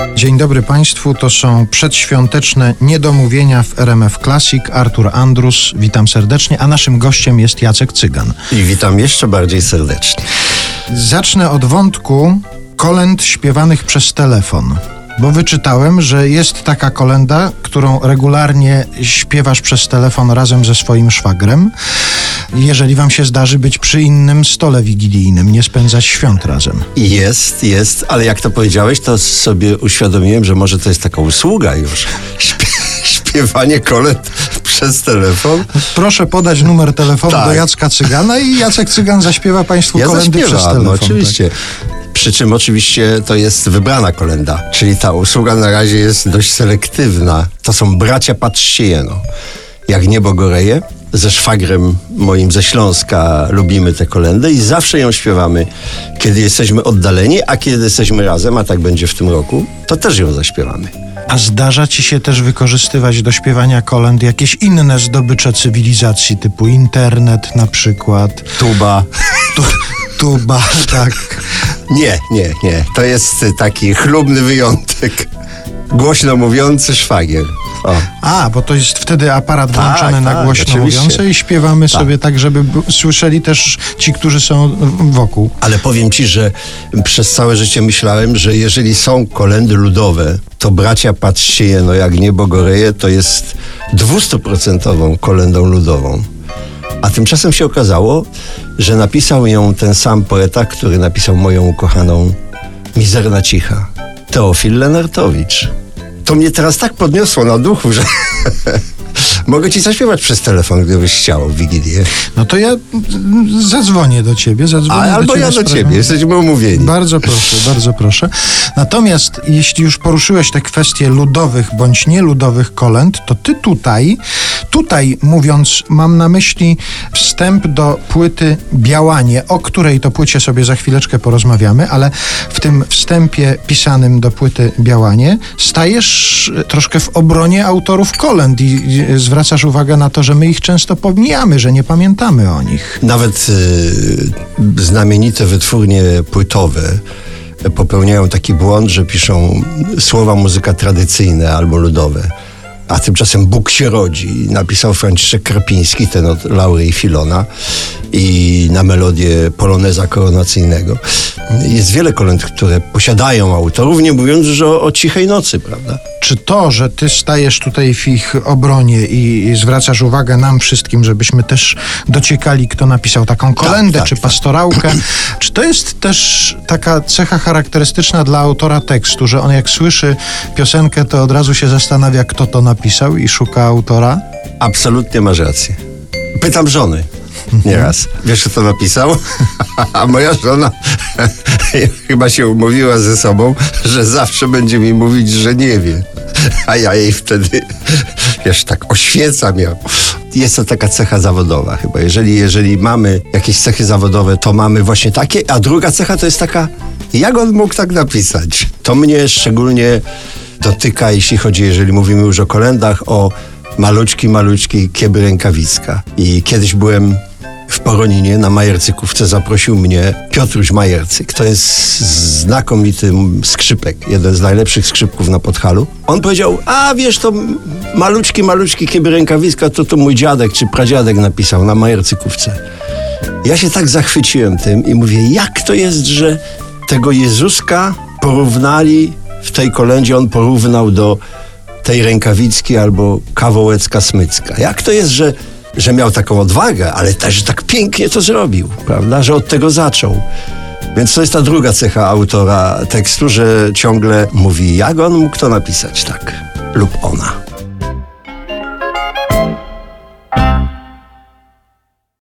Dzień dobry Państwu, to są przedświąteczne niedomówienia w RMF Classic. Artur Andrus, witam serdecznie, a naszym gościem jest Jacek Cygan. I witam jeszcze bardziej serdecznie. Zacznę od wątku kolęd śpiewanych przez telefon. Bo wyczytałem, że jest taka kolęda, którą regularnie śpiewasz przez telefon razem ze swoim szwagrem, jeżeli wam się zdarzy być przy innym stole wigilijnym, nie spędzać świąt razem. Jest, ale jak to powiedziałeś, to sobie uświadomiłem, że może to jest taka usługa już. Śpiewanie kolęd przez telefon. Proszę podać numer telefonu do Jacka Cygana i Jacek Cygan zaśpiewa Państwu kolędy przez telefon. No oczywiście. Tak? Przy czym oczywiście to jest wybrana kolenda, czyli ta usługa na razie jest dość selektywna. To są Bracia Patrzcie Jeno. Jak niebo goreje. Ze szwagrem moim ze Śląska lubimy tę kolendę i zawsze ją śpiewamy, kiedy jesteśmy oddaleni, a kiedy jesteśmy razem, a tak będzie w tym roku, to też ją zaśpiewamy. A zdarza ci się też wykorzystywać do śpiewania kolęd jakieś inne zdobycze cywilizacji, typu internet na przykład? Tuba. Tuba, tak. Nie. To jest taki chlubny wyjątek. Głośno mówiący szwagier. O. Bo to jest wtedy aparat włączony na głośno mówiące i śpiewamy sobie tak, żeby słyszeli też ci, którzy są wokół. Ale powiem ci, że przez całe życie myślałem, że jeżeli są kolendy ludowe, to Bracia Patrzcie Jeno, jak niebo goreje, to jest 200% kolendą ludową. A tymczasem się okazało, że napisał ją ten sam poeta, który napisał moją ukochaną Mizerna Cicha. Teofil Lenartowicz. To mnie teraz tak podniosło na duchu, że mogę ci zaśpiewać przez telefon, gdybyś chciał w Wigilię. No to ja zadzwonię do ciebie. Albo ja do ciebie, jesteśmy umówieni. Bardzo proszę. Natomiast jeśli już poruszyłeś te kwestie ludowych bądź nieludowych kolęd, to ty tutaj mówiąc, mam na myśli wstęp do płyty Białanie, o której to płycie sobie za chwileczkę porozmawiamy, ale w tym wstępie pisanym do płyty Białanie stajesz troszkę w obronie autorów kolęd i zwracasz uwagę na to, że my ich często pomijamy, że nie pamiętamy o nich. Nawet znamienite wytwórnie płytowe popełniają taki błąd, że piszą słowa muzyka tradycyjne albo ludowe. A tymczasem Bóg się rodzi. Napisał Franciszek Krapiński, ten od Laury i Filona, i na melodię poloneza koronacyjnego. Jest wiele kolęd, które posiadają autorów, nie mówiąc już o Cichej Nocy, prawda? Czy to, że ty stajesz tutaj w ich obronie i zwracasz uwagę nam wszystkim, żebyśmy też dociekali, kto napisał taką kolędę czy pastorałkę, czy to jest też taka cecha charakterystyczna dla autora tekstu, że on jak słyszy piosenkę, to od razu się zastanawia, kto to napisał i szuka autora? Absolutnie masz rację. Pytam żony nieraz. Wiesz, kto to napisał? A moja żona chyba się umówiła ze sobą, że zawsze będzie mi mówić, że nie wie. A ja jej wtedy, wiesz, tak oświecam ją. Jest to taka cecha zawodowa chyba. Jeżeli mamy jakieś cechy zawodowe, to mamy właśnie takie, a druga cecha to jest taka, jak on mógł tak napisać? To mnie szczególnie dotyka, jeżeli mówimy już o kolędach, o maluczki Kieby Rękawiczka. I kiedyś byłem w Poroninie na Majercykówce, zaprosił mnie Piotruś Majercyk. To jest znakomity skrzypek, jeden z najlepszych skrzypków na Podhalu. On powiedział, wiesz, to maluczki Kieby Rękawiczka, to mój dziadek czy pradziadek napisał na Majercykówce. Ja się tak zachwyciłem tym i mówię, jak to jest, że tego Jezuska porównali w tej kolędzie, on porównał do tej Rękawicki albo Kawołecka-Smycka. Jak to jest, że miał taką odwagę, ale też tak pięknie to zrobił, prawda? Że od tego zaczął. Więc to jest ta druga cecha autora tekstu, że ciągle mówi, jak on mógł to napisać tak, lub ona.